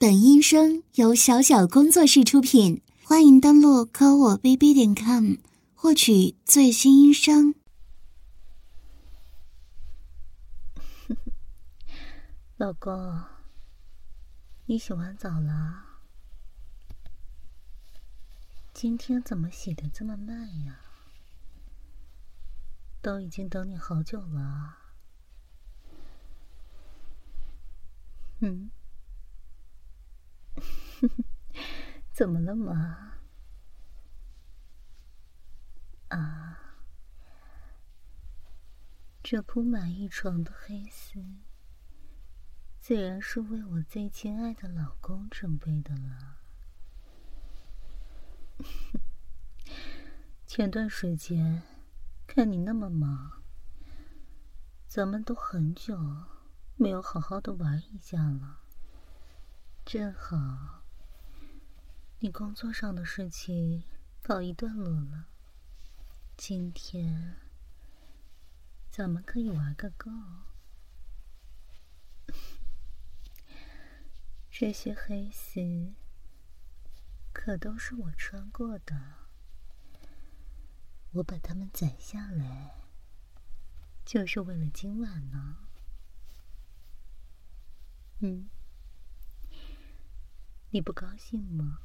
本音声由小小工作室出品，欢迎登录科我 bb.com 获取最新音声。 老公，你洗完澡了？今天怎么洗得这么慢呀？都已经等你好久了。怎么了嘛？啊，这铺满一床的黑丝，自然是为我最亲爱的老公准备的了。前段时间看你那么忙，咱们都很久没有好好的玩一下了。正好你工作上的事情告一段落了，今天咱们可以玩个够。这些黑丝可都是我穿过的，我把它们攒下来就是为了今晚呢。你不高兴吗？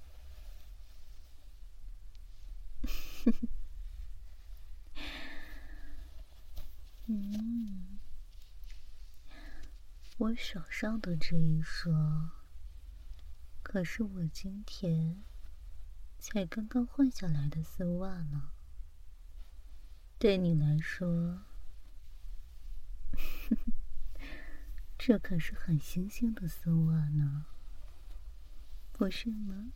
我手上的这一双，可是我今天才刚刚换下来的丝袜呢。对你来说，这可是很新鲜的丝袜呢，不是吗？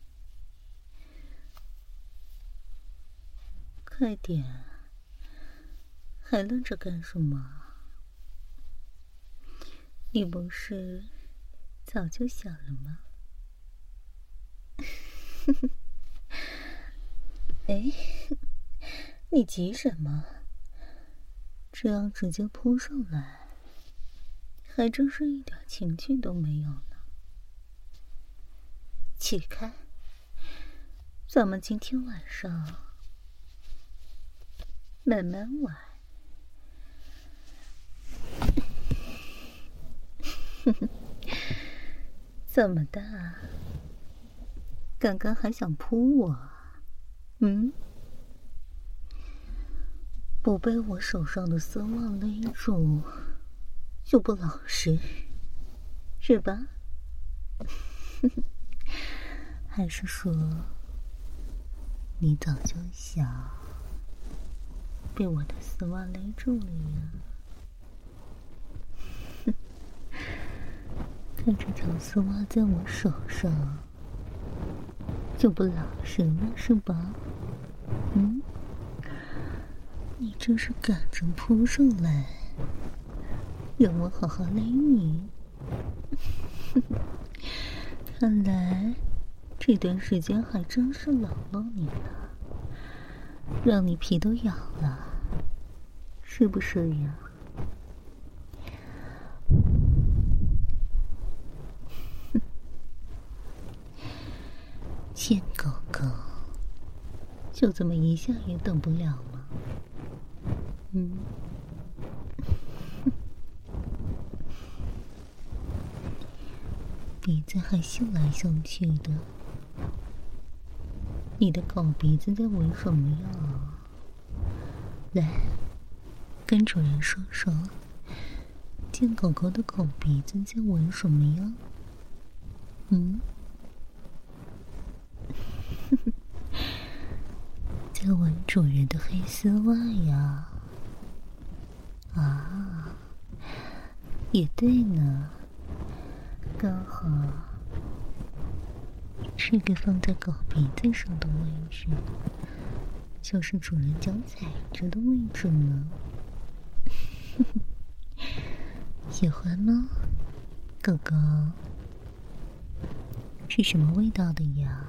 快点，还愣着干什么？你不是早就想了吗？哎，你急什么？这样直接扑上来，还真是一点情趣都没有呢。起开，咱们今天晚上慢慢玩。怎么的？刚刚还想扑我？不被我手上的丝袜勒住就不老实，是吧？还是说你早就想被我的丝袜勒住了呀？看这条丝袜在我手上就不老实了，是吧？你这是赶着扑上来让我好好勒你。看来这段时间还真是冷落你了，让你皮都痒了，是不是呀？贱狗狗，就这么一下也等不了吗？鼻子还嗅来嗅去的，你的狗鼻子在闻什么呀？来，跟主人说说，贱狗狗的狗鼻子在闻什么呀？在闻主人的黑丝袜呀。啊，也对呢，刚好这个放在狗鼻子上的位置就是主人脚踩着的位置呢。喜欢吗，狗狗？是什么味道的呀？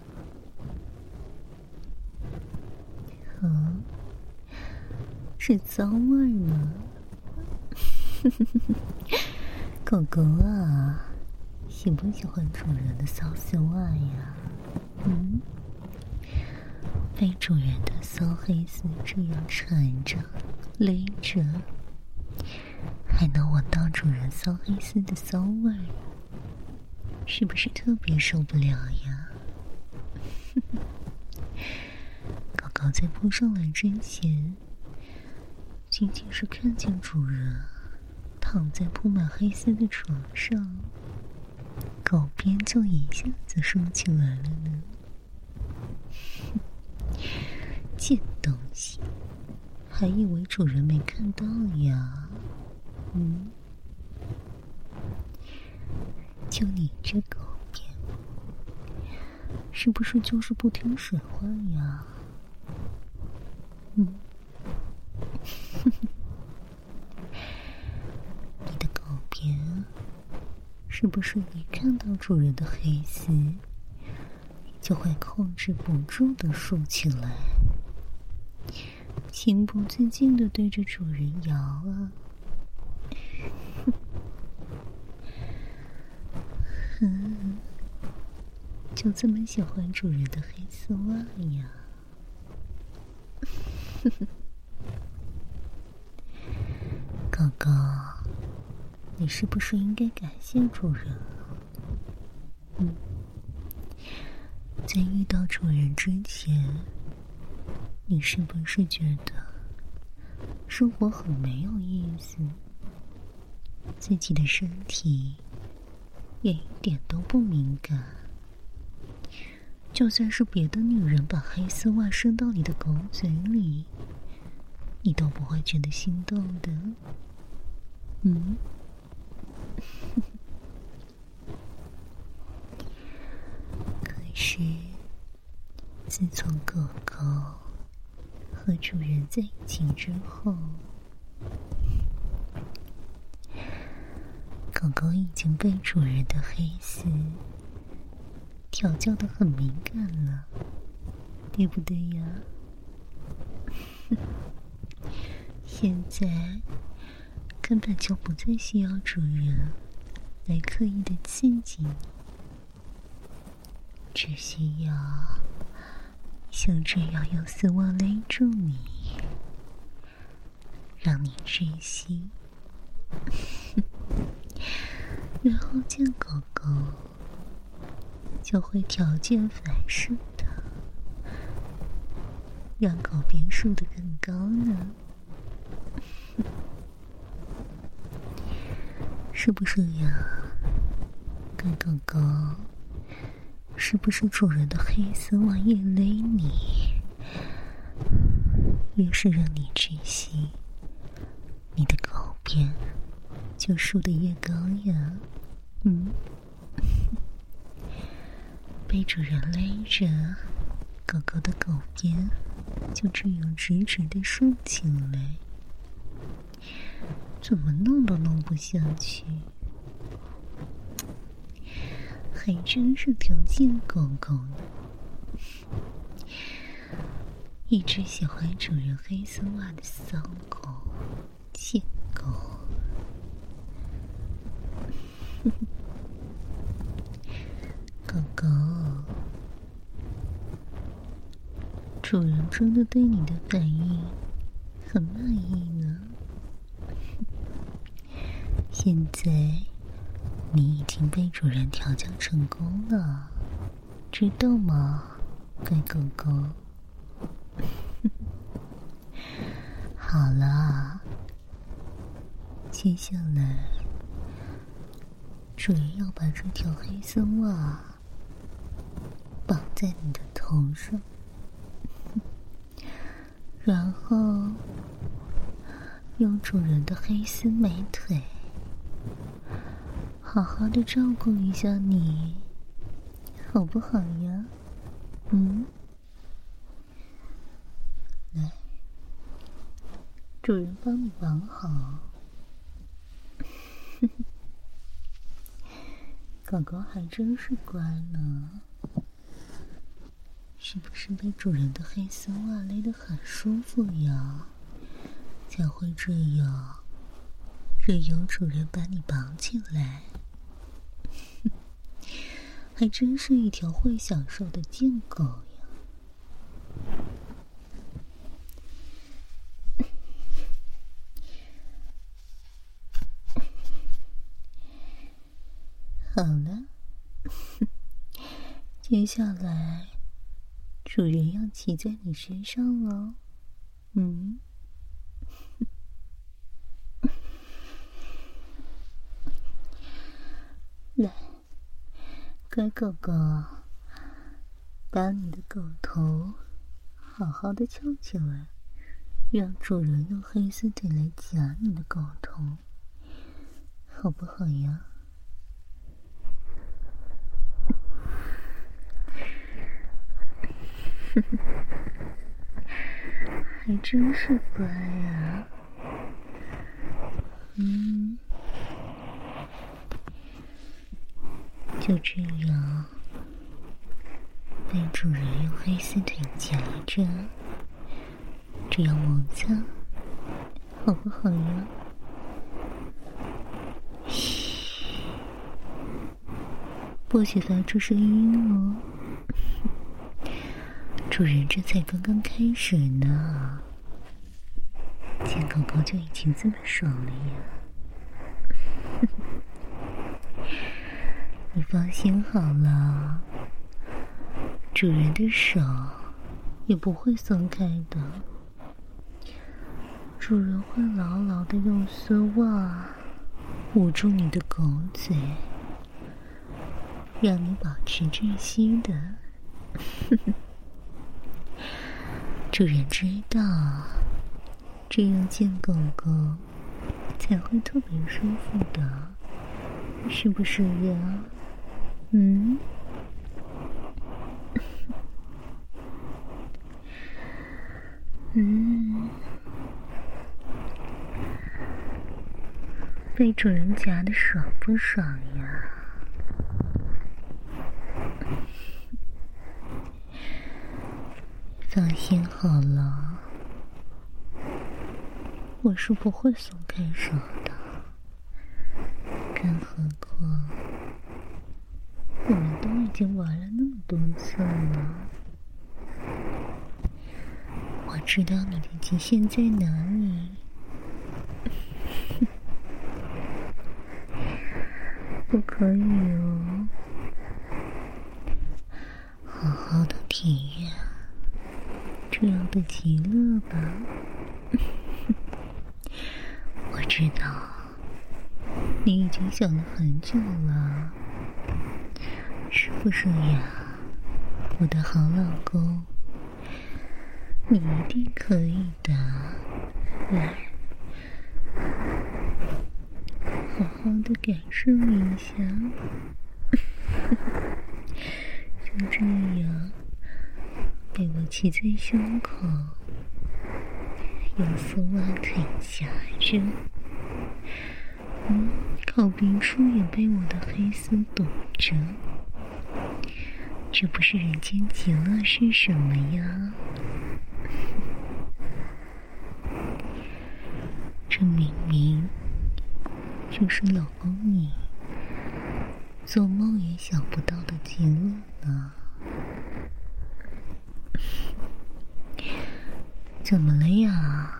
是脏味呢。狗狗啊， 喜不喜欢主人的骚丝袜呀？被主人的骚黑丝这样缠着、勒着，还能闻到主人骚黑丝的骚味儿，是不是特别受不了呀？狗狗在扑上来之前，仅仅是看见主人躺在铺满黑丝的床上，狗鞭就一下子竖起来了呢。贱东西，还以为主人没看到呀？就你这狗鞭，是不是就是不听使唤呀？你的狗鞭是不是一看到主人的黑丝，就会控制不住的竖起来，情不自禁的对着主人摇啊？就这么喜欢主人的黑丝袜呀？狗狗，你是不是应该感谢主人啊？在遇到主人之前，你是不是觉得生活很没有意思，自己的身体也一点都不敏感？就算是别的女人把黑丝袜伸到你的狗嘴里，你都不会觉得心动的。可是自从狗狗和主人在一起之后，狗狗已经被主人的黑丝调教得很敏感了，对不对呀？现在根本就不再需要主人来刻意的刺激你，只需要像这样用丝袜勒住你，让你窒息，然后见狗狗就会条件反射的让狗鞭竖得更高呢。是不是呀？该狗狗，是不是主人的黑丝袜越勒你，越是让你窒息，你的狗鞭就竖得越高呀？被主人勒着，狗狗的狗鞭就这样直直地竖起来，怎么弄都弄不下去，还真是条贱狗狗呢。一只喜欢主人黑丝袜的骚狗，贱狗。狗狗，主人真的对你的反应很满意呢。现在你已经被主人调教成功了，知道吗，乖狗狗？好了，接下来主人要把这条黑丝袜绑在你的头上，然后用主人的黑丝美腿好好的照顾一下你，好不好呀？来，主人帮你绑好。狗狗还真是乖呢，是不是被主人的黑丝袜勒得很舒服呀？才会这样任由主人把你绑起来。 还真是一条会享受的贱狗呀。好了，接下来主人要骑在你身上了。来，乖狗狗，把你的狗头好好的翘起来，让主人用黑丝腿来夹你的狗头，好不好呀？还真是乖啊。就这样被主人用黑丝腿夹着，这样摩擦，好不好呀？嘘，不许发出声音哦。主人这才刚刚开始呢，见狗狗就已经这么爽了呀。你放心好了，主人的手也不会松开的，主人会牢牢地用丝袜捂住你的狗嘴，让你保持窒息的。主人知道，这样见狗狗才会特别舒服的，是不是呀？被主人夹得爽不爽呀？放心好了，我是不会松开手的，更何况我们都已经玩了那么多次了，我知道你的极限在哪里。不可以哦，好好的体验这样的极乐吧。我知道你已经想了很久了，是不是呀，我的好老公？你一定可以的，来，好好的感受一下。就这样被我骑在胸口，用丝袜腿夹着，口鼻处也被我的黑丝堵着，这不是人间极乐是什么呀？这明明就是老公你做梦也想不到的极乐呢。怎么了呀？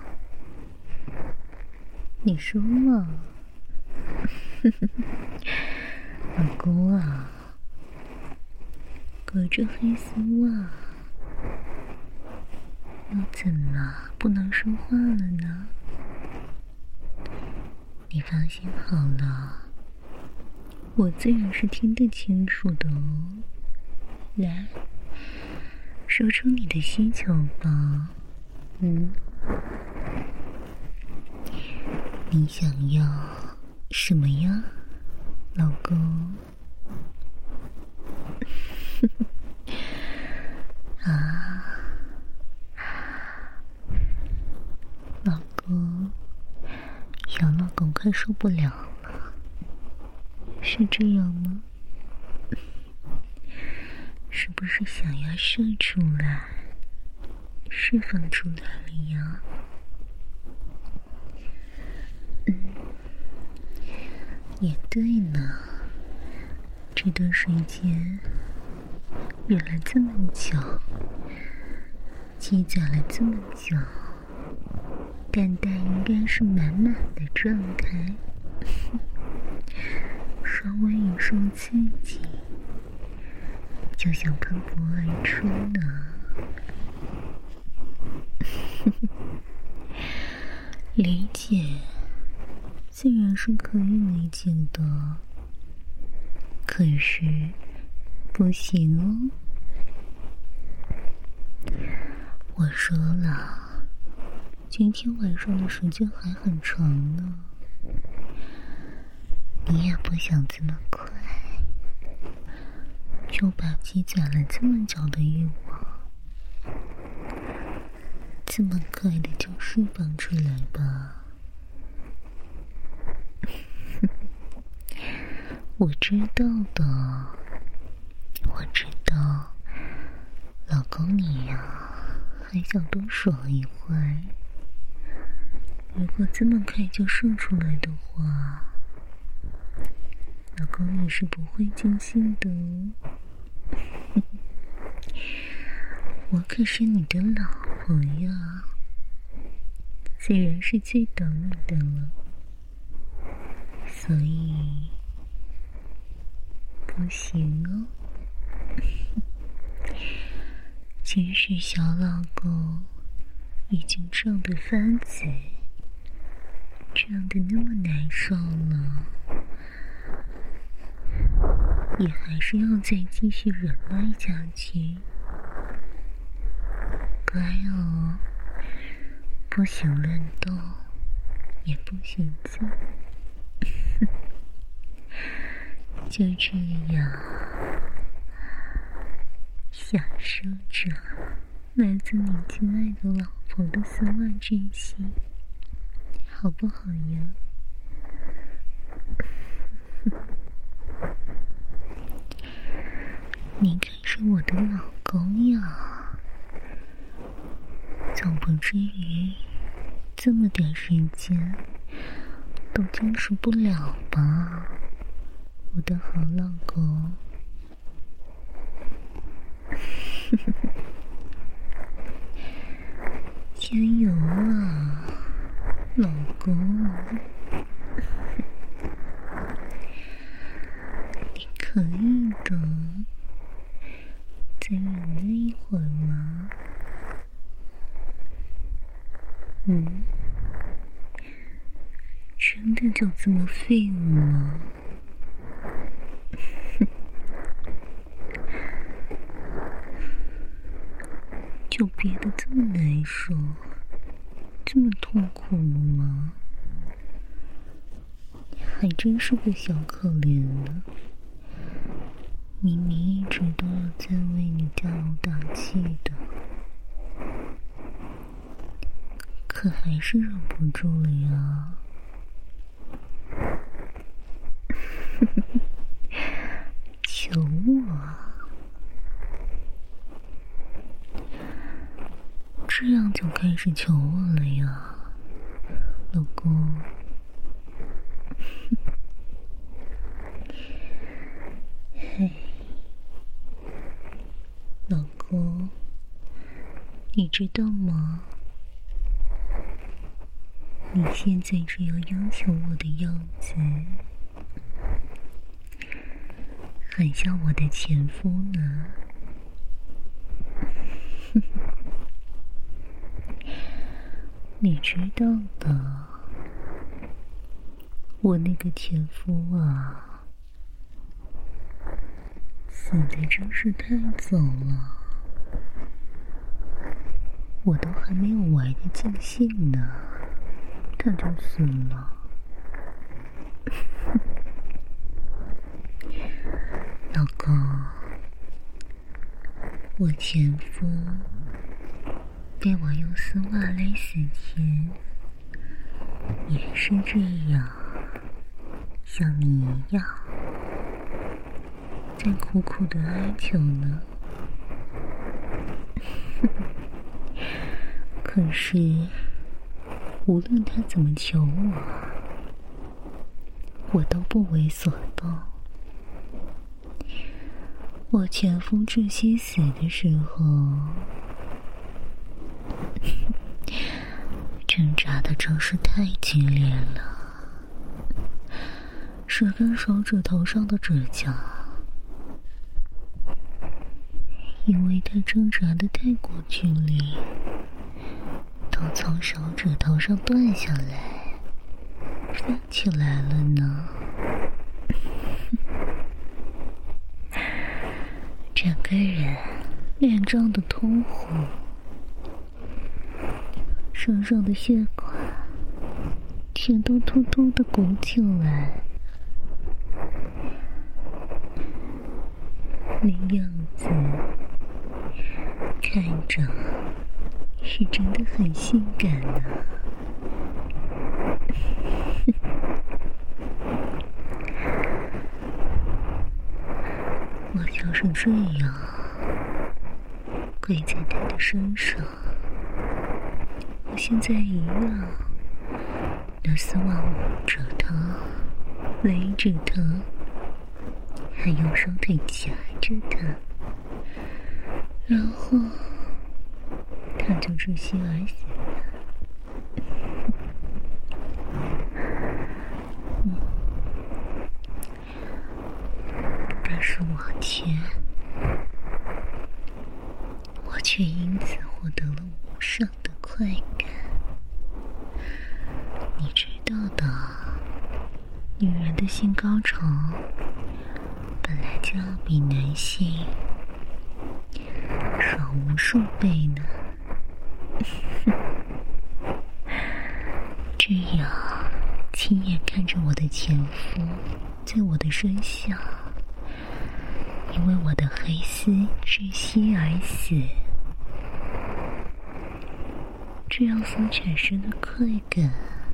你说嘛。老公啊，隔着黑丝袜，又怎么不能说话了呢？你放心好了，我自然是听得清楚的哦。来，说出你的需求吧。你想要什么呀，老公？啊，老公，小老公快受不了了，是这样吗？是不是想要射出来，释放出来了呀？也对呢，这这段时间忍了这么久，积攒了这么久，蛋蛋应该是满满的状态，稍微一受刺激就想喷薄而出呢。理解，自然是可以理解的，可是不行哦。我说了，今天晚上的时间还很长呢，你也不想这么快就把积攒了这么久的欲望这么快的就释放出来吧。我知道的，我知道，老公你呀，还想多爽一会儿。如果这么快就射出来的话，老公你是不会尽兴的哦。我可是你的老婆呀，自然是最懂你的了，所以不行哦。即使小老公已经胀得发紫，胀得那么难受了，也还是要再继续忍耐下去。乖哦，不行乱动，也不行动，就这样享受着来自你亲爱的老婆的丝袜之心，好不好呀？你可是我的老公呀，总不至于这么点时间都坚持不了吧，我的好老公。加油啊，老公！你可以的，再忍耐一会儿嘛。真的就这么废物吗？就憋得这么难受，这么痛苦吗？还真是个小可怜呢。明明一直都有在为你加油打气的，可还是忍不住了呀。求我，这样就开始求我了呀，老公。嘿，老公，你知道吗？你现在这样要求我的样子，很像我的前夫呢。你知道的，我那个前夫啊，死得真是太早了，我都还没有玩得尽兴呢，他就死了。老公，我前夫被我用丝袜勒死前也是这样，像你一样在苦苦的哀求呢。可是无论他怎么求我，我都不为所动。 我前夫窒息死的时候，挣扎的真是太激烈了，10根手指头上的指甲，因为他挣扎的太过剧烈，都从手指头上断下来，飞起来了呢。整个人脸涨得通红，身上的血管全都突突地鼓起来，那样子看着是真的很性感啊。我就是这样跪在他的身上，我现在一样拿丝袜捂着他，勒着他，还用双腿夹着他，然后他就窒息而死了。但是我却因此获得了无上的快感。你知道的，女人的性高潮本来就要比男性少无数倍呢。这样亲眼看着我的前夫在我的身下因为我的黑丝窒息而死，这样所产生的快感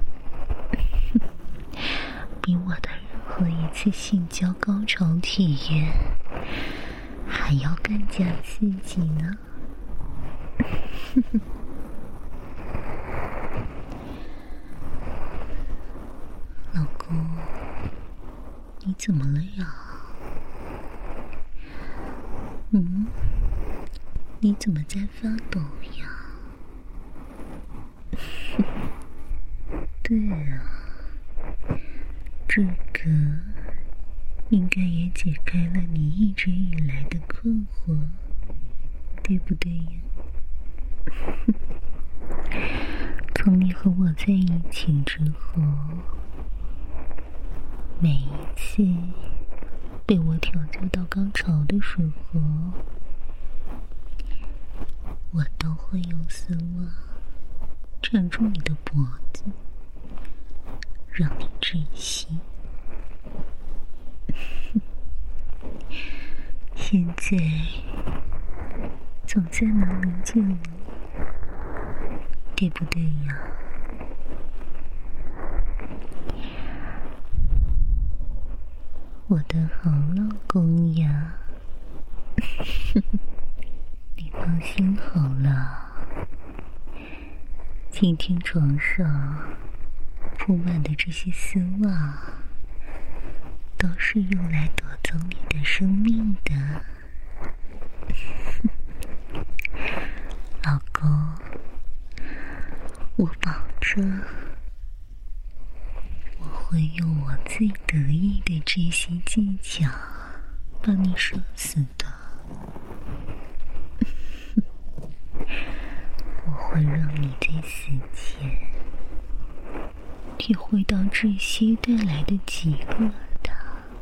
比我的任何一次性交高潮体验还要更加刺激呢。老公，你怎么了呀？你怎么在发抖呀？对啊，这个应该也解开了你一直以来的困惑，对不对呀？从你和我在一起之后，每一次被我调教到高潮的时候，我都会用丝袜缠住你的脖子，让你窒息。现在总算能理解了，对不对呀？我的好老公呀。你放心好了，今天床上铺满的这些丝袜都是用来夺走你的生命的。老公，我保证我会用我最得意的窒息技巧把你射死的。我会让你在死前体会到窒息带来的极乐的，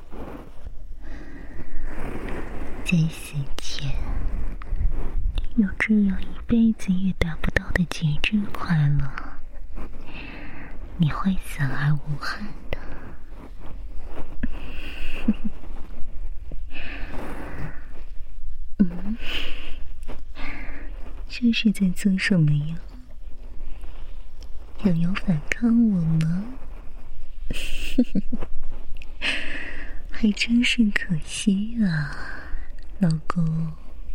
在死前有这样一辈子也达不到的极致快乐，你会死而无憾的。这是在做什么呀？想要反抗我吗？还真是可惜啊，老公。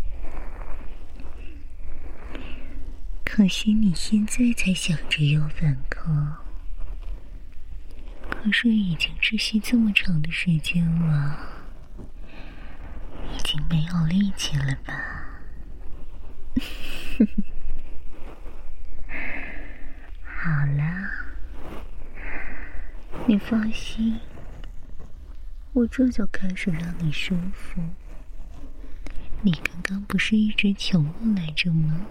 可惜你现在才想着要反抗，可是已经窒息这么长的时间了，已经没有力气了吧？好了，你放心，我这就开始让你舒服。你刚刚不是一直求我来着吗？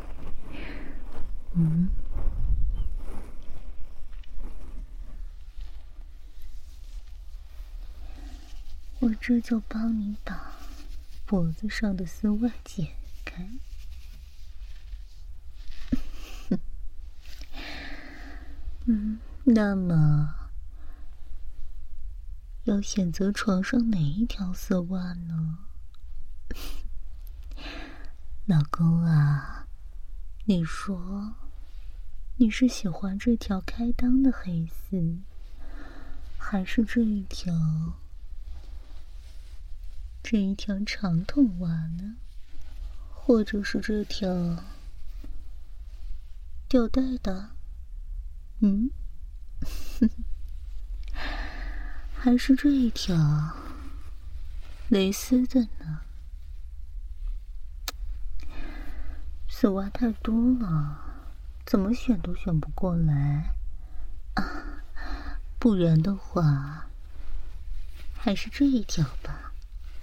我这就帮你把脖子上的丝袜解开。那么要选择床上哪一条丝袜呢？老公啊，你说你是喜欢这条开裆的黑丝，还是这一条长筒袜呢？或者是这条吊带的？还是这一条蕾丝的呢？丝袜太多了，怎么选都选不过来啊！不然的话，还是这一条吧。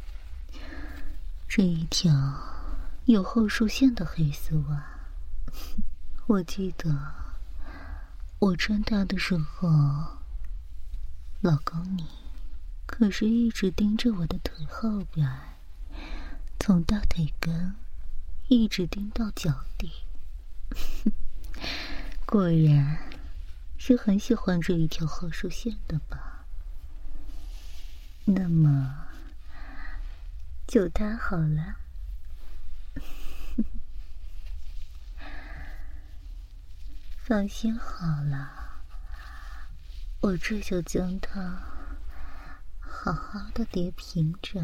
这一条有后束线的黑丝袜，我记得我穿它的时候，老公你可是一直盯着我的腿后边，从大腿根一直盯到脚底。果然是很喜欢这一条后束线的吧？那么就搭好了。放心好了，我这就将它好好的叠平着。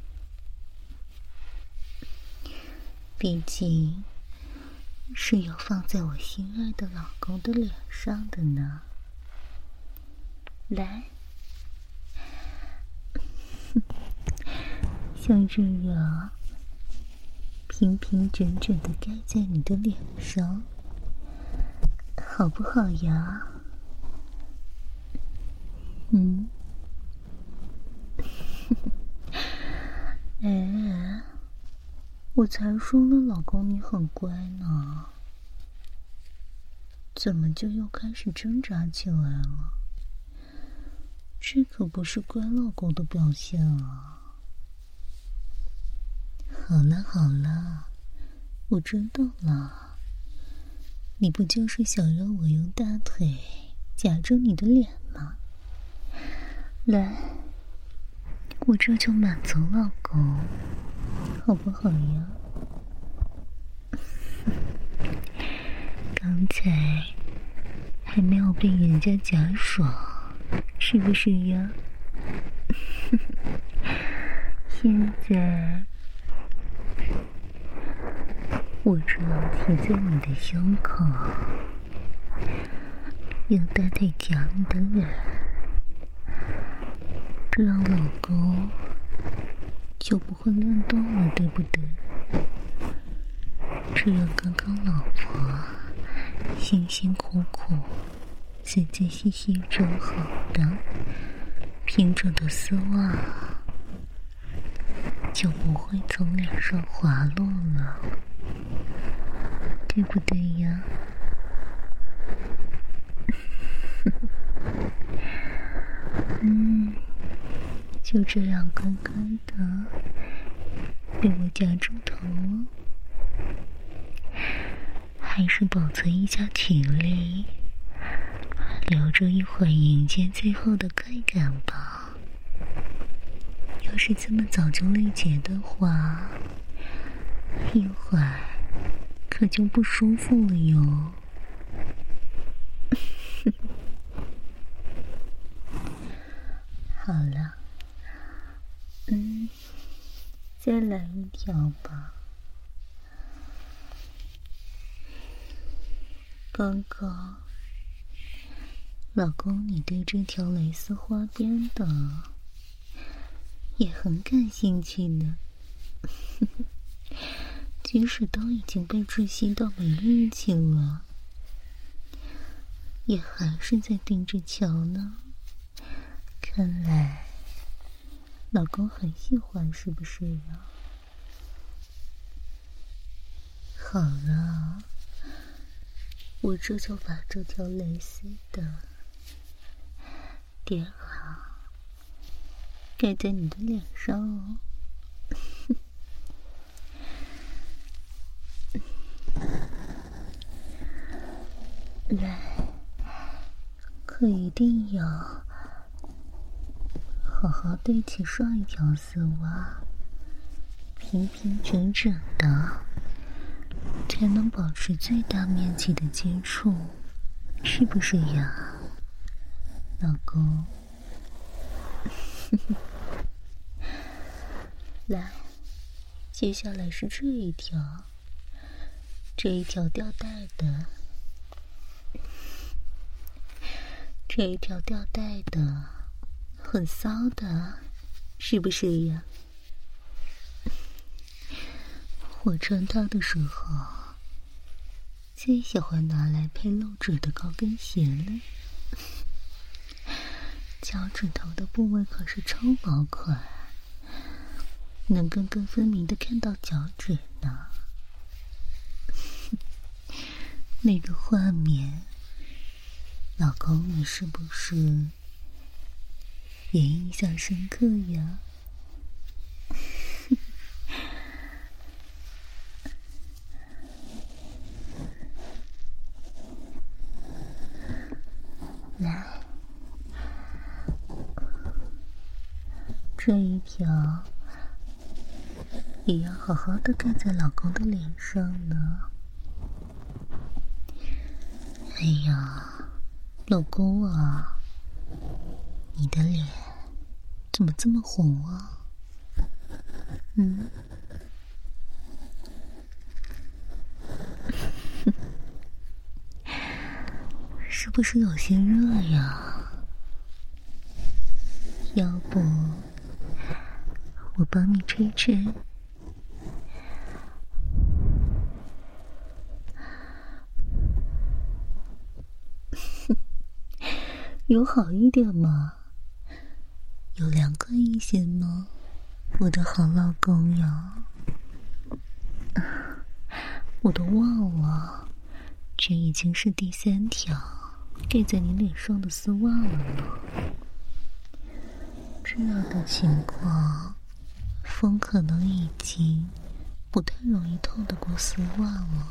毕竟是要放在我心爱的老公的脸上的呢。来，像这样平平整整的盖在你的脸上，好不好呀？哎，我才说了，老公你很乖呢，怎么就又开始挣扎起来了？这可不是乖老公的表现啊！好了好了，我知道了，你不就是想让我用大腿夹着你的脸吗？来，我这就满足老公，好不好呀？刚才还没有被人家夹爽，是不是呀？现在我只要贴在你的胸口，用大腿夹你的脸，这样老公就不会乱动了，对不对？这样刚刚老婆辛辛苦苦仔仔细细整好的平整的丝袜就不会从脸上滑落了，对不对呀？就这样乖乖的被我夹住头了，还是保存一下体力，留着一会儿迎接最后的快感吧。要是这么早就力竭的话，一会儿可就不舒服了哟。好了，再来一条吧。刚刚老公你对这条蕾丝花边的也很感兴趣呢， 即使都已经被窒息到没力气了，也还是在盯着瞧呢。看来老公很喜欢，是不是呀？好了，我这就把这条蕾丝的叠好，盖在你的脸上哦。来，可一定要好好对齐上一条丝袜，平平整整的，才能保持最大面积的接触，是不是呀，老公？来，接下来是这一条吊带的。这一条吊带的很骚的，是不是呀？我穿它的时候最喜欢拿来配露趾的高跟鞋了，脚趾头的部位可是超薄款，能更分明的看到脚趾呢。那个画面，老公，你是不是也印象深刻呀？来，这一条也要好好的盖在老公的脸上呢。哎呀，老公啊，你的脸怎么这么红啊？是不是有些热呀？要不我帮你吹吹？有好一点吗？有凉快一些吗？我的好老公呀！我都忘了，这已经是第3条盖在你脸上的丝袜了呢。这样的情况，风可能已经不太容易透得过丝袜了。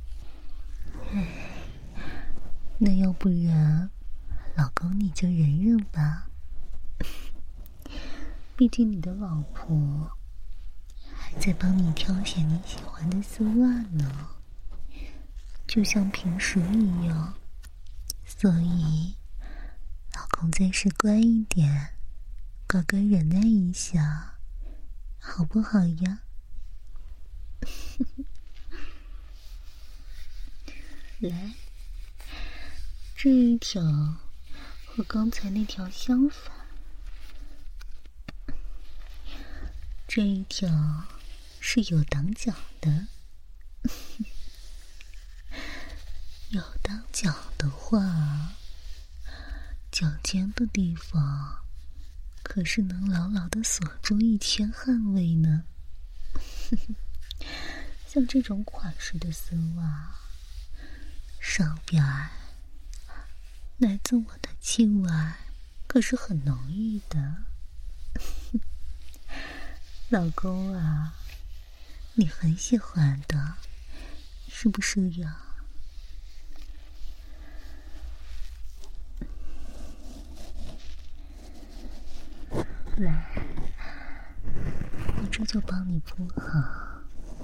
那要不然，老公你就忍忍吧。毕竟你的老婆还在帮你挑选你喜欢的丝袜呢，就像平时一样。所以，老公暂时乖一点，乖乖忍耐一下，好不好呀？来，这一条和刚才那条相反，这一条是有挡脚的。有挡脚的话，脚尖的地方可是能牢牢地锁住一圈汗味呢。像这种款式的丝袜，上边来自我的气味可是很浓郁的。老公啊，你很喜欢的，是不是呀？来，我这就帮你铺好。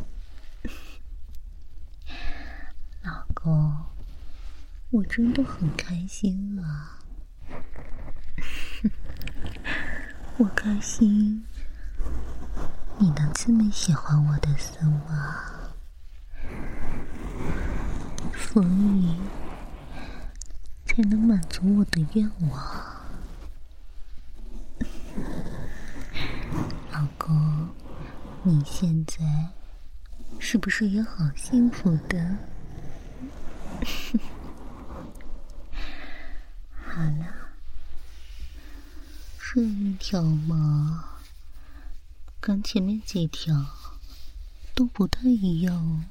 老公，我真的很开心啊。我开心你能这么喜欢我的丝袜，所以才能满足我的愿望。老公， 你现在是不是也好幸福的？好了，这一条嘛，跟前面几条都不太一样哦。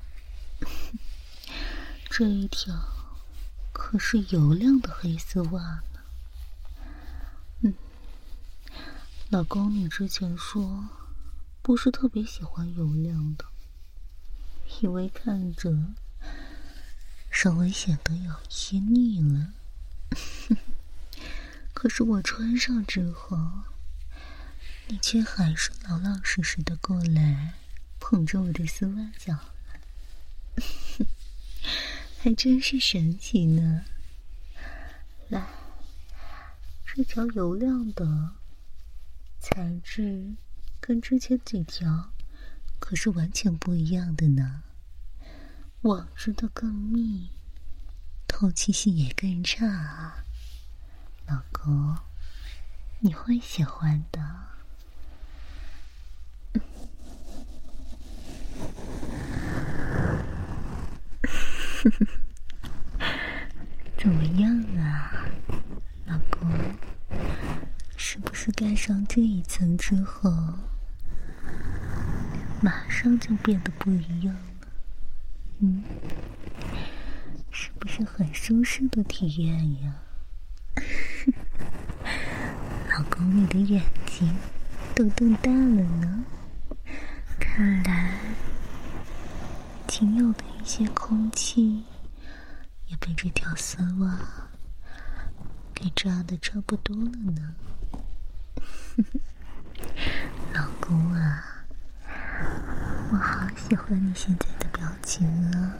这一条可是油亮的黑丝袜呢。老公，你之前说不是特别喜欢油亮的，因为看着稍微显得有些腻了。可是我穿上之后，你却还是老老实实的过来捧着我的丝袜脚了。还真是神奇呢。来，这条油亮的材质跟之前几条可是完全不一样的呢，网织的更密，透气性也更差啊。老公，你会喜欢的。怎么样啊，老公？是不是盖上这一层之后，马上就变得不一样了？是不是很舒适的体验呀？老公，你的眼睛都瞪大了呢，看来仅有的一些空气也被这条丝袜给抓得差不多了呢。老公啊，我好喜欢你现在的表情啊，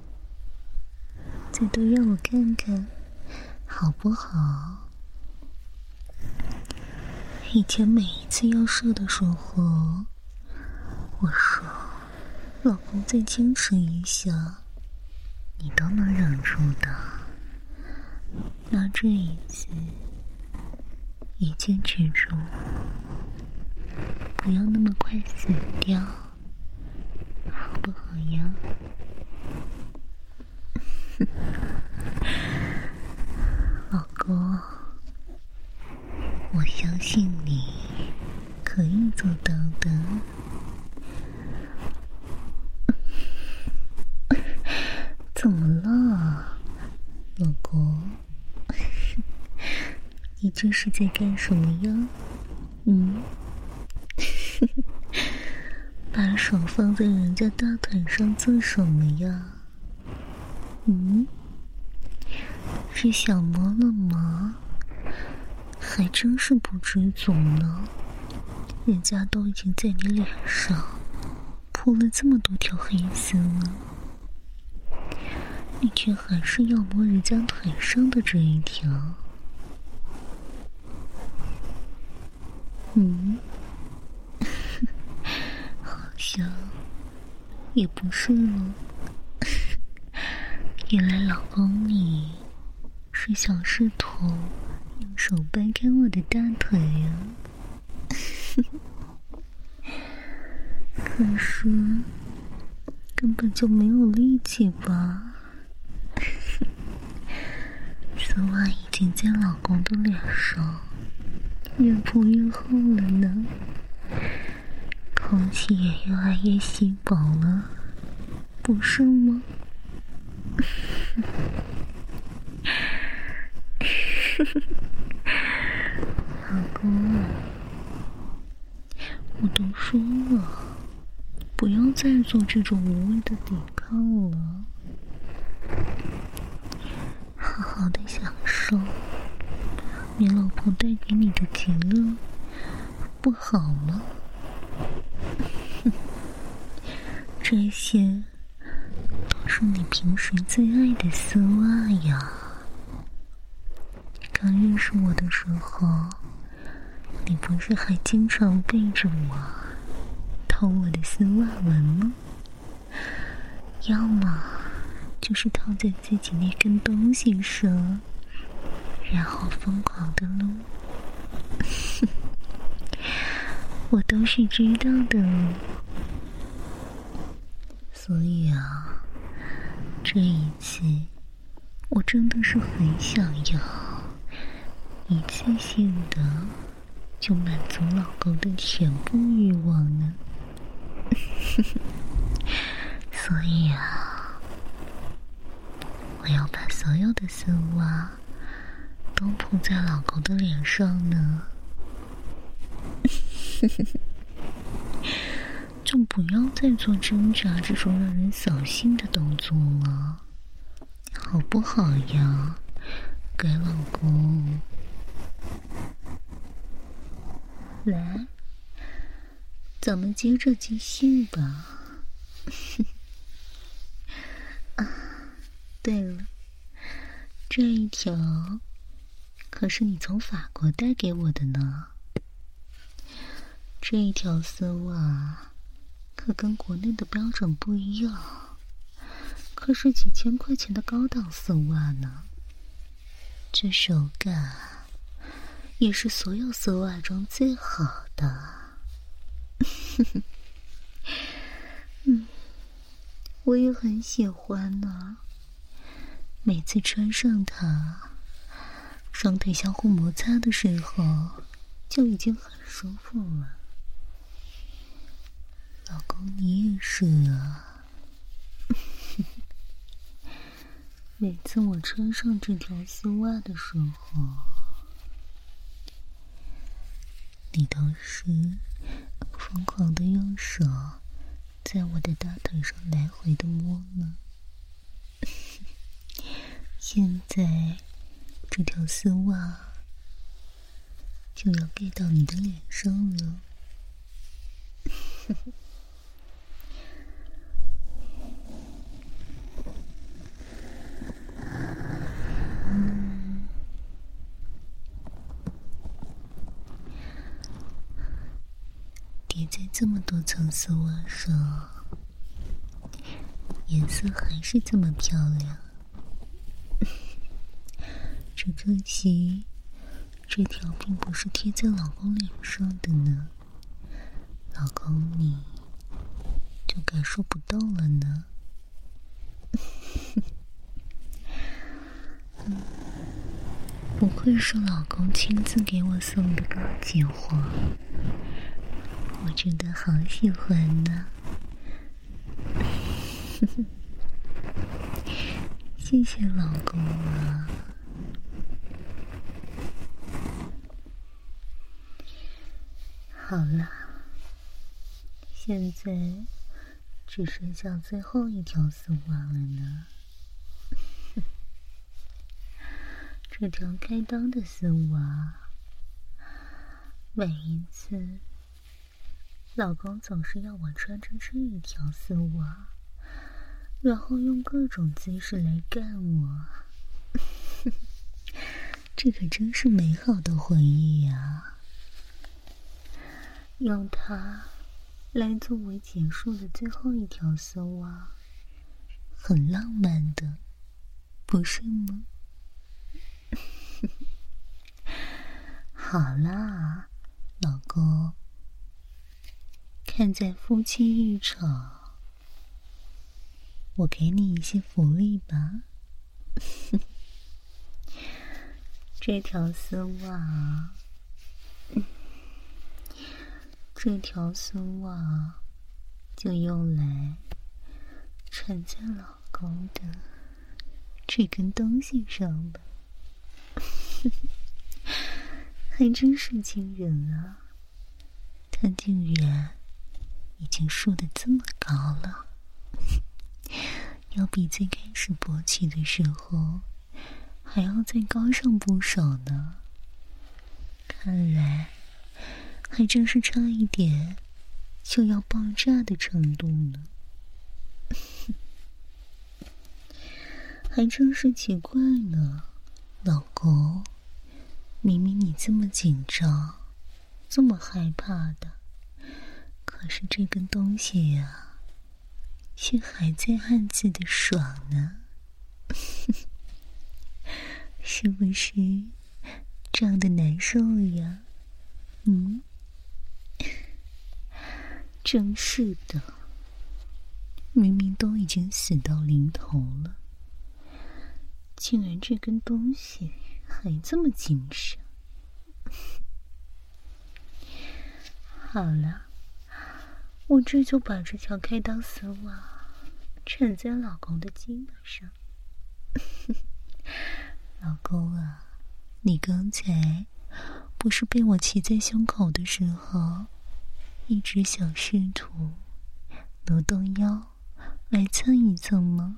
再多让我看看好不好？以前每一次要射的时候，我说老公再坚持一下，你都能忍住的。那这一次也坚持住，不要那么快死掉，好不好呀？老公，我相信你可以做到的。怎么了，老公？你这是在干什么呀？把手放在人家大腿上做什么呀？是想摸了吗？还真是不知足呢，人家都已经在你脸上铺了这么多条黑丝了，你却还是要摸人家腿上的这一条。好像也不是了。原来老公你是想试图用手掰开我的大腿呀。可是根本就没有力气吧。丝袜已经在老公的脸上越铺越厚了呢，空气也越来越稀薄了，不是吗？老公啊，我都说了，不要再做这种无谓的抵抗了，好好的享受你老婆带给你的极乐，不好吗？这些都是你平时最爱的丝袜呀。刚认识我的时候，你不是还经常背着我偷我的丝袜纹吗？要么就是套在自己那根东西上，然后疯狂的撸。我都是知道的， 所以啊，这一次我真的是很想要一次性的就满足老公的全部欲望呢。所以啊，我要把所有的丝袜都铺在老公的脸上呢。就不要再做挣扎这种让人扫兴的动作了，好不好呀，该老公？来，咱们接着继续吧。啊，对了，这一条可是你从法国带给我的呢。这一条丝袜可跟国内的标准不一样，可是几千块钱的高档丝袜呢。这手感也是所有丝袜中最好的。我也很喜欢呢。每次穿上它，双腿相互摩擦的时候，就已经很舒服了。老公，你也是啊。每次我穿上这条丝袜的时候，你都是疯狂的用手在我的大腿上来回的摸呢。现在这条丝袜就要盖到你的脸上了。叠在这么多层丝袜上，颜色还是这么漂亮。只可惜这条并不是贴在老公脸上的呢，老公你就感受不到了呢。不愧是老公亲自给我送的高级货，我真的好喜欢呢。谢谢老公啊。好了，现在只剩下最后一条丝袜了呢。这条开裆的丝袜，每一次老公总是要我穿着这一条丝袜，然后用各种姿势来干我。这可真是美好的回忆啊。用它来作为结束的最后一条丝袜，很浪漫的，不是吗？好啦，老公，看在夫妻一场，我给你一些福利吧。这条丝袜，这条丝袜就用来缠在老公的这根东西上吧。还真是惊人啊，他竟然已经竖得这么高了，要比最开始勃起的时候还要再高上不少呢。看来还真是差一点就要爆炸的程度呢。还真是奇怪呢，老公，明明你这么紧张，这么害怕的，可是这根东西呀，却还在暗自的爽呢。是不是胀得难受呀？真是的， 明明都已经死到临头了，竟然这根东西还这么精神。好了，我这就把这条开裆丝袜缠在老公的肩膀上。老公啊，你刚才不是被我骑在胸口的时候，一直想试图挪动腰来蹭一蹭吗？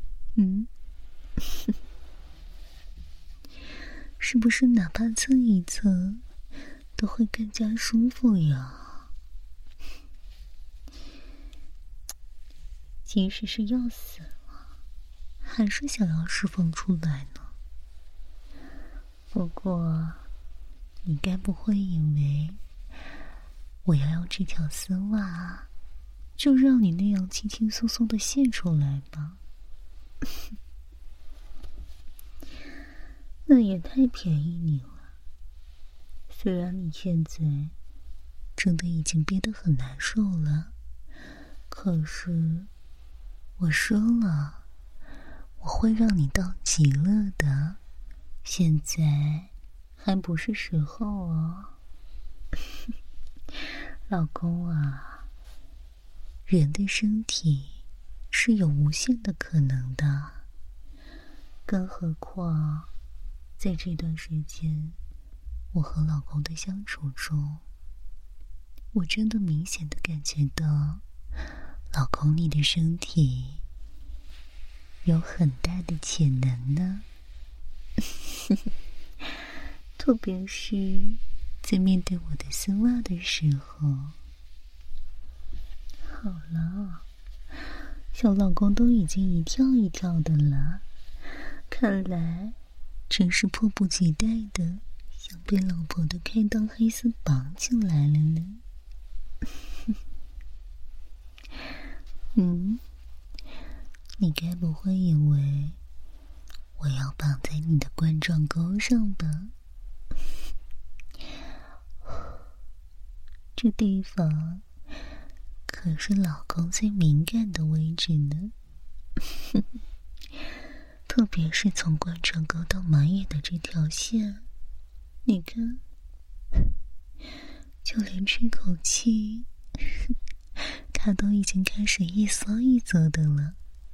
是不是哪怕蹭一蹭都会更加舒服呀？即使是要死了，还是想要释放出来呢。不过你该不会以为我要用这条丝袜就让你那样轻轻松松的泄出来吧？那也太便宜你了。虽然你现在真的已经憋得很难受了，可是我说了，我会让你到极乐的。现在还不是时候哦。老公啊，人的身体是有无限的可能的，更何况在这段时间我和老公的相处中，我真的明显的感觉到老公你的身体有很大的潜能呢。特别是在面对我的丝袜的时候。好了，小老公都已经一跳一跳的了，看来真是迫不及待的想被老婆的开裆黑丝绑进来了呢。你该不会以为我要绑在你的冠状沟上吧？这地方可是老公最敏感的位置呢。特别是从冠状沟到马眼的这条线，你看，就连吹口气他都已经开始一缩一缩的了。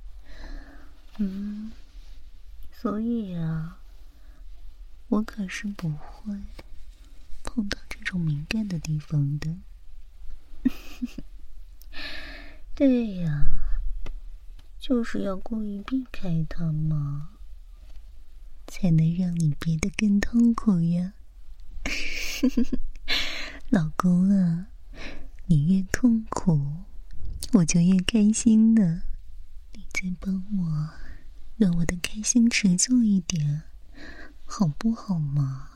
所以啊，我可是不会碰到这种敏感的地方的。对呀，就是要故意避开它嘛，才能让你憋得更痛苦呀。老公啊，你越痛苦我就越开心呢。你再帮我让我的开心持久一点好不好嘛？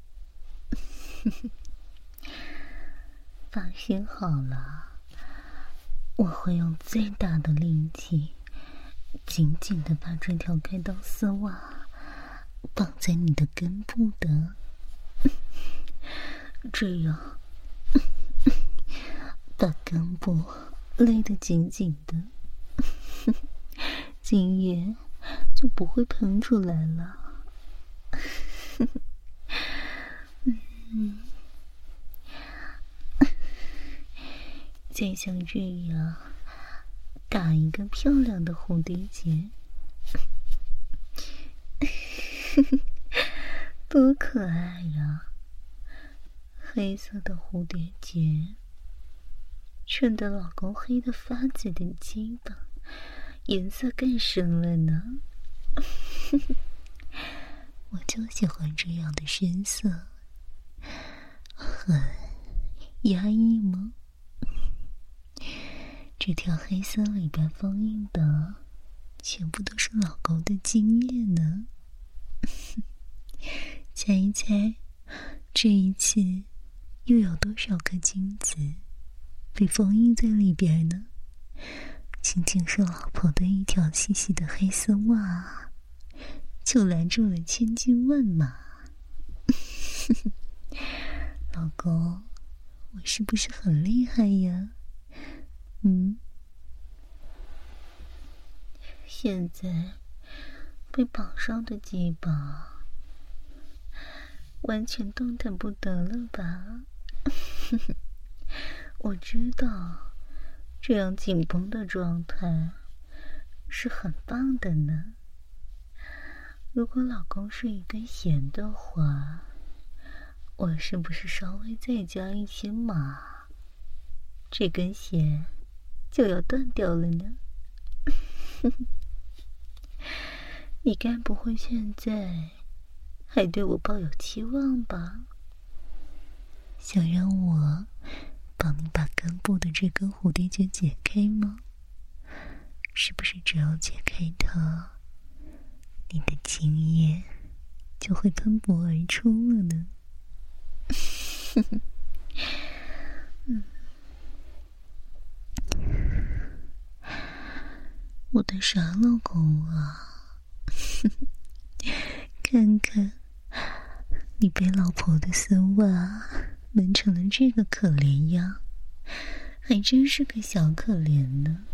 放心好了，我会用最大的力气紧紧地把这条开裆丝袜绑在你的根部的，这样把根部勒得紧紧的，精液就不会喷出来了。再像这样打一个漂亮的蝴蝶结，多可爱呀！黑色的蝴蝶结衬得老公黑得发紫的肩膀颜色更深了呢。我就喜欢这样的深色，很压抑吗？这条黑丝里边封印的全部都是老公的精液呢。猜一猜，这一次又有多少颗精子被封印在里边呢？仅仅是老婆的一条细细的黑丝袜，就拦住了千军万马。老公，我是不是很厉害呀？ 现在被绑上的鸡巴完全动弹不得了吧？我知道这样紧绷的状态是很棒的呢。如果老公是一根弦的话，我是不是稍微再加一些码，这根弦就要断掉了呢？你该不会现在还对我抱有期望吧？想让我帮你把根部的这根蝴蝶结解开吗？是不是只要解开它，你的精液就会喷薄而出了呢？我的傻老公啊，看看你被老婆的丝袜闷成了这个可怜样，还真是个小可怜呢。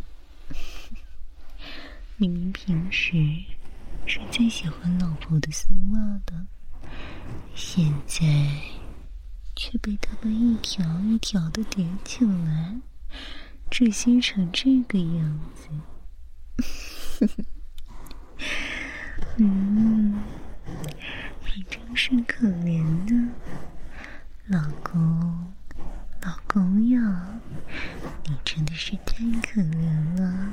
明明平时是最喜欢老婆的丝袜的，现在却被他们一条一条的叠起来，窒息成这个样子。还真是可怜呢，老公，老公呀，你真的是太可怜了。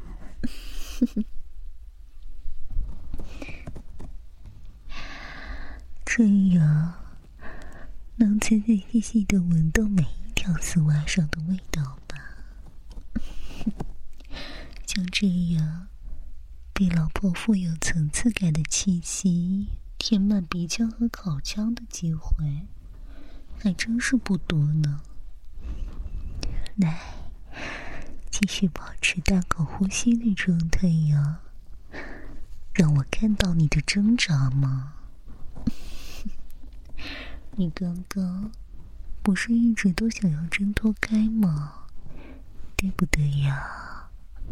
这样能仔仔细细地闻到每一条丝袜上的味道吧？像这样被老婆富有层次感的气息填满鼻腔和口腔的机会还真是不多呢。来，继续保持大口呼吸的状态呀，让我看到你的挣扎吗？你刚刚不是一直都想要挣脱开吗？对不对呀？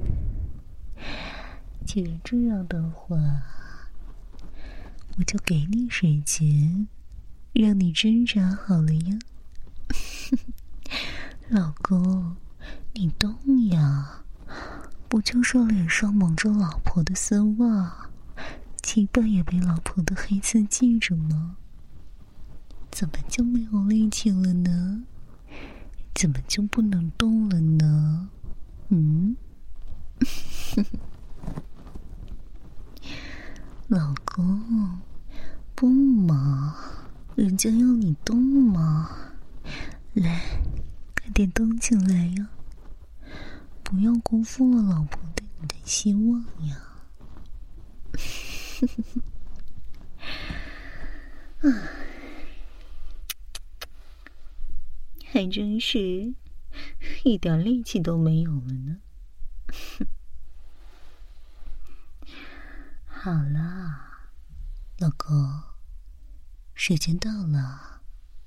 既然这样的话，我就给你时间，让你挣扎好了呀。老公，你动呀，不就是脸上蒙着老婆的丝袜，鸡巴也被老婆的黑丝系着吗？怎么就没有力气了呢？怎么就不能动了呢？老公，不嘛，人家要你动嘛，来，快点动起来呀！不要辜负了老婆对你的希望呀！还真是一点力气都没有了呢。好了，老公，时间到了，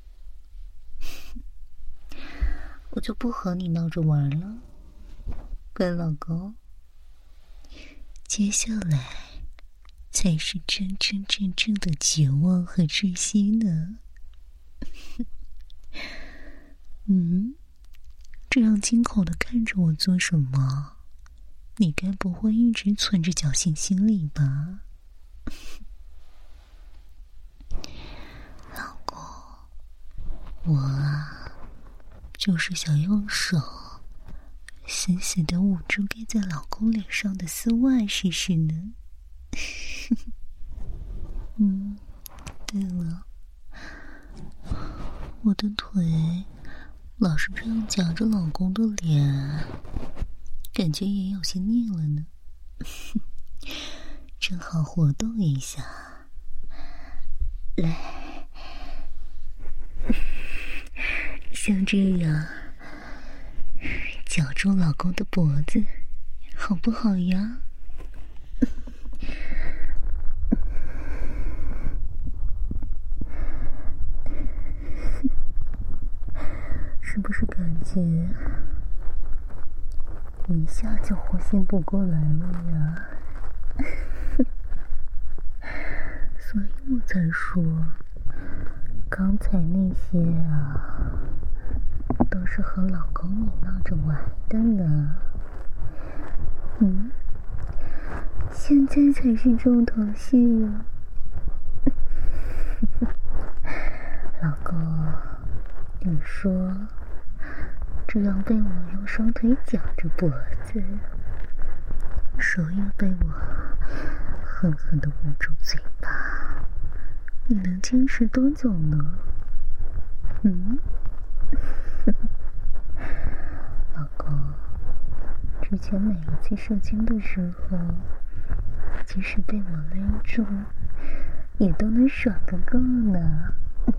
我就不和你闹着玩了，乖老公。接下来才是真真正正的绝望和窒息呢。这样惊恐地看着我做什么？你该不会一直存着侥幸心理吧？老公，我啊，就是想用手死死地捂住盖在老公脸上的丝袜试试呢。对了，我的腿老是这样夹着老公的脸，感觉也有些腻了呢。正好活动一下，来，像这样绞住老公的脖子，好不好呀？是不是感觉一下就呼吸不过来了呀？ 所以我才说，刚才那些啊，都是和老公你闹着玩的呢。现在才是重头戏哟。老公，你说这样被我用双腿夹着脖子，手也被我狠狠地捂住嘴巴，你能坚持多久呢？老公，之前每一次射精的时候，即使被我勒住，也都能爽个够呢。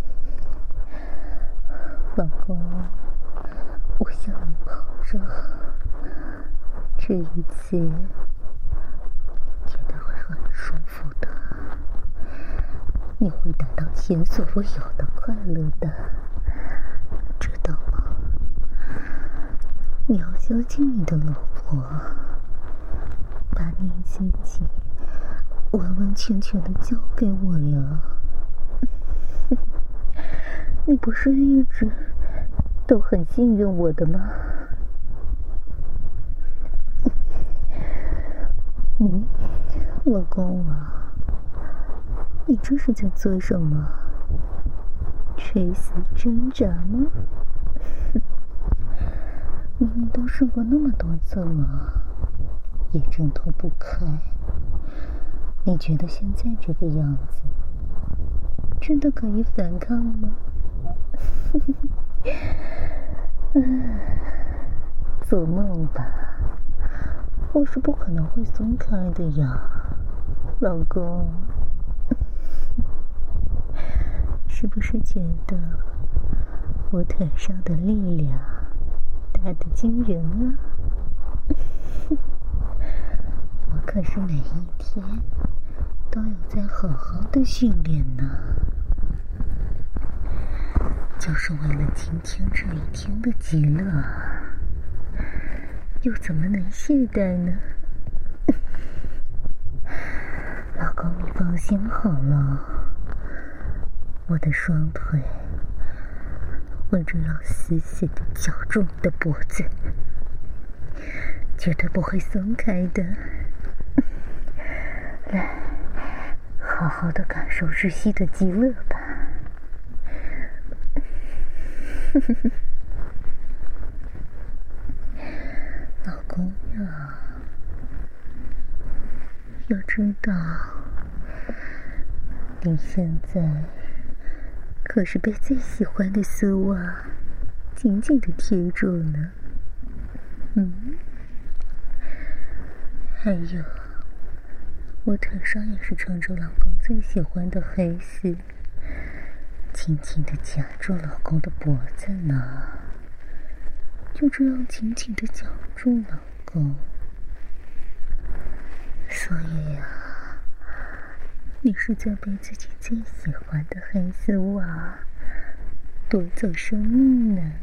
老公，我向你保证，这一次绝对会很舒服的，你会达到前所未有的快乐的，知道吗？你要相信你的老婆，把你自己完完全全的交给我呀。你不是一直都很信任我的吗？老公啊，你这是在做什么？垂死挣扎吗？明明都试过那么多次了，也挣脱不开。你觉得现在这个样子，真的可以反抗吗？做梦吧，我是不可能会松开的呀，老公。是不是觉得我腿上的力量大得惊人啊？我可是每一天都有在好好的训练呢，就是为了今天这一天的极乐，又怎么能懈怠呢？老公，你放心好了，我的双腿，我只要死死地绞住你的脖子，绝对不会松开的。来，好好的感受窒息的极乐吧。老公呀，要知道，你现在可是被最喜欢的丝袜紧紧地贴住了。还有，我腿上也是穿着老公最喜欢的黑丝，紧紧地夹住老公的脖子呢。就这样紧紧地夹住老公。所以呀，你是在被自己最喜欢的黑丝袜夺走生命呢？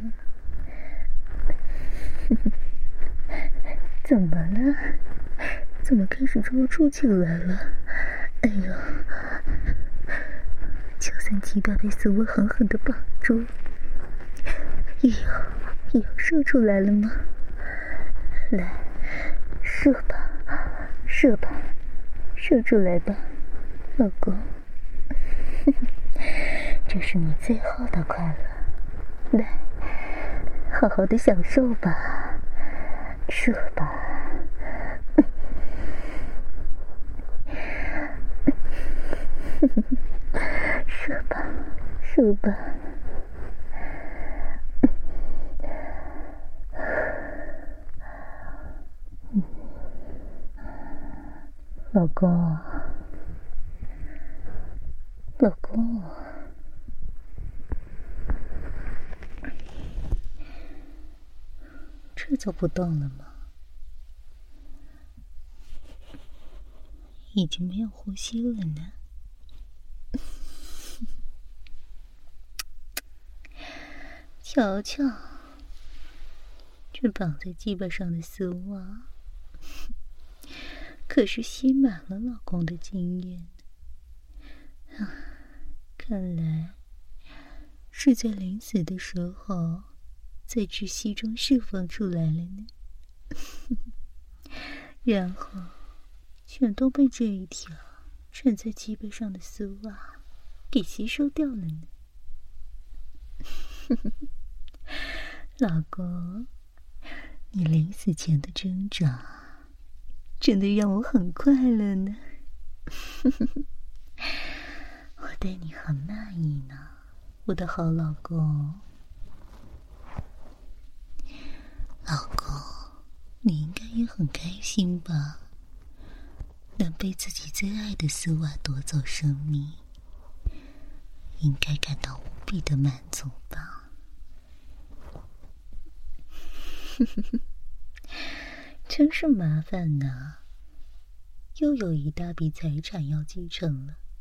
怎么了？怎么开始抽搐起来了？哎呦，就算鸡巴被丝袜狠狠地绑住，也要射出来了吗？来，射吧，射吧，射出来吧，老公。这是你最后的快乐，来，好好的享受吧，射吧。射吧，射吧。老公，老公，这就不动了吗？已经没有呼吸了呢。瞧瞧，这绑在鸡巴上的丝袜， 可是吸满了老公的经验。看来是在临死的时候在窒息中释放出来了呢。然后全都被这一条穿在脊背上的丝袜给吸收掉了呢。老公，你临死前的挣扎真的让我很快乐呢。我对你很满意呢，我的好老公。老公，你应该也很开心吧？能被自己最爱的丝袜夺走生命，应该感到无比的满足吧？真是麻烦呢，又有一大笔财产要继承了。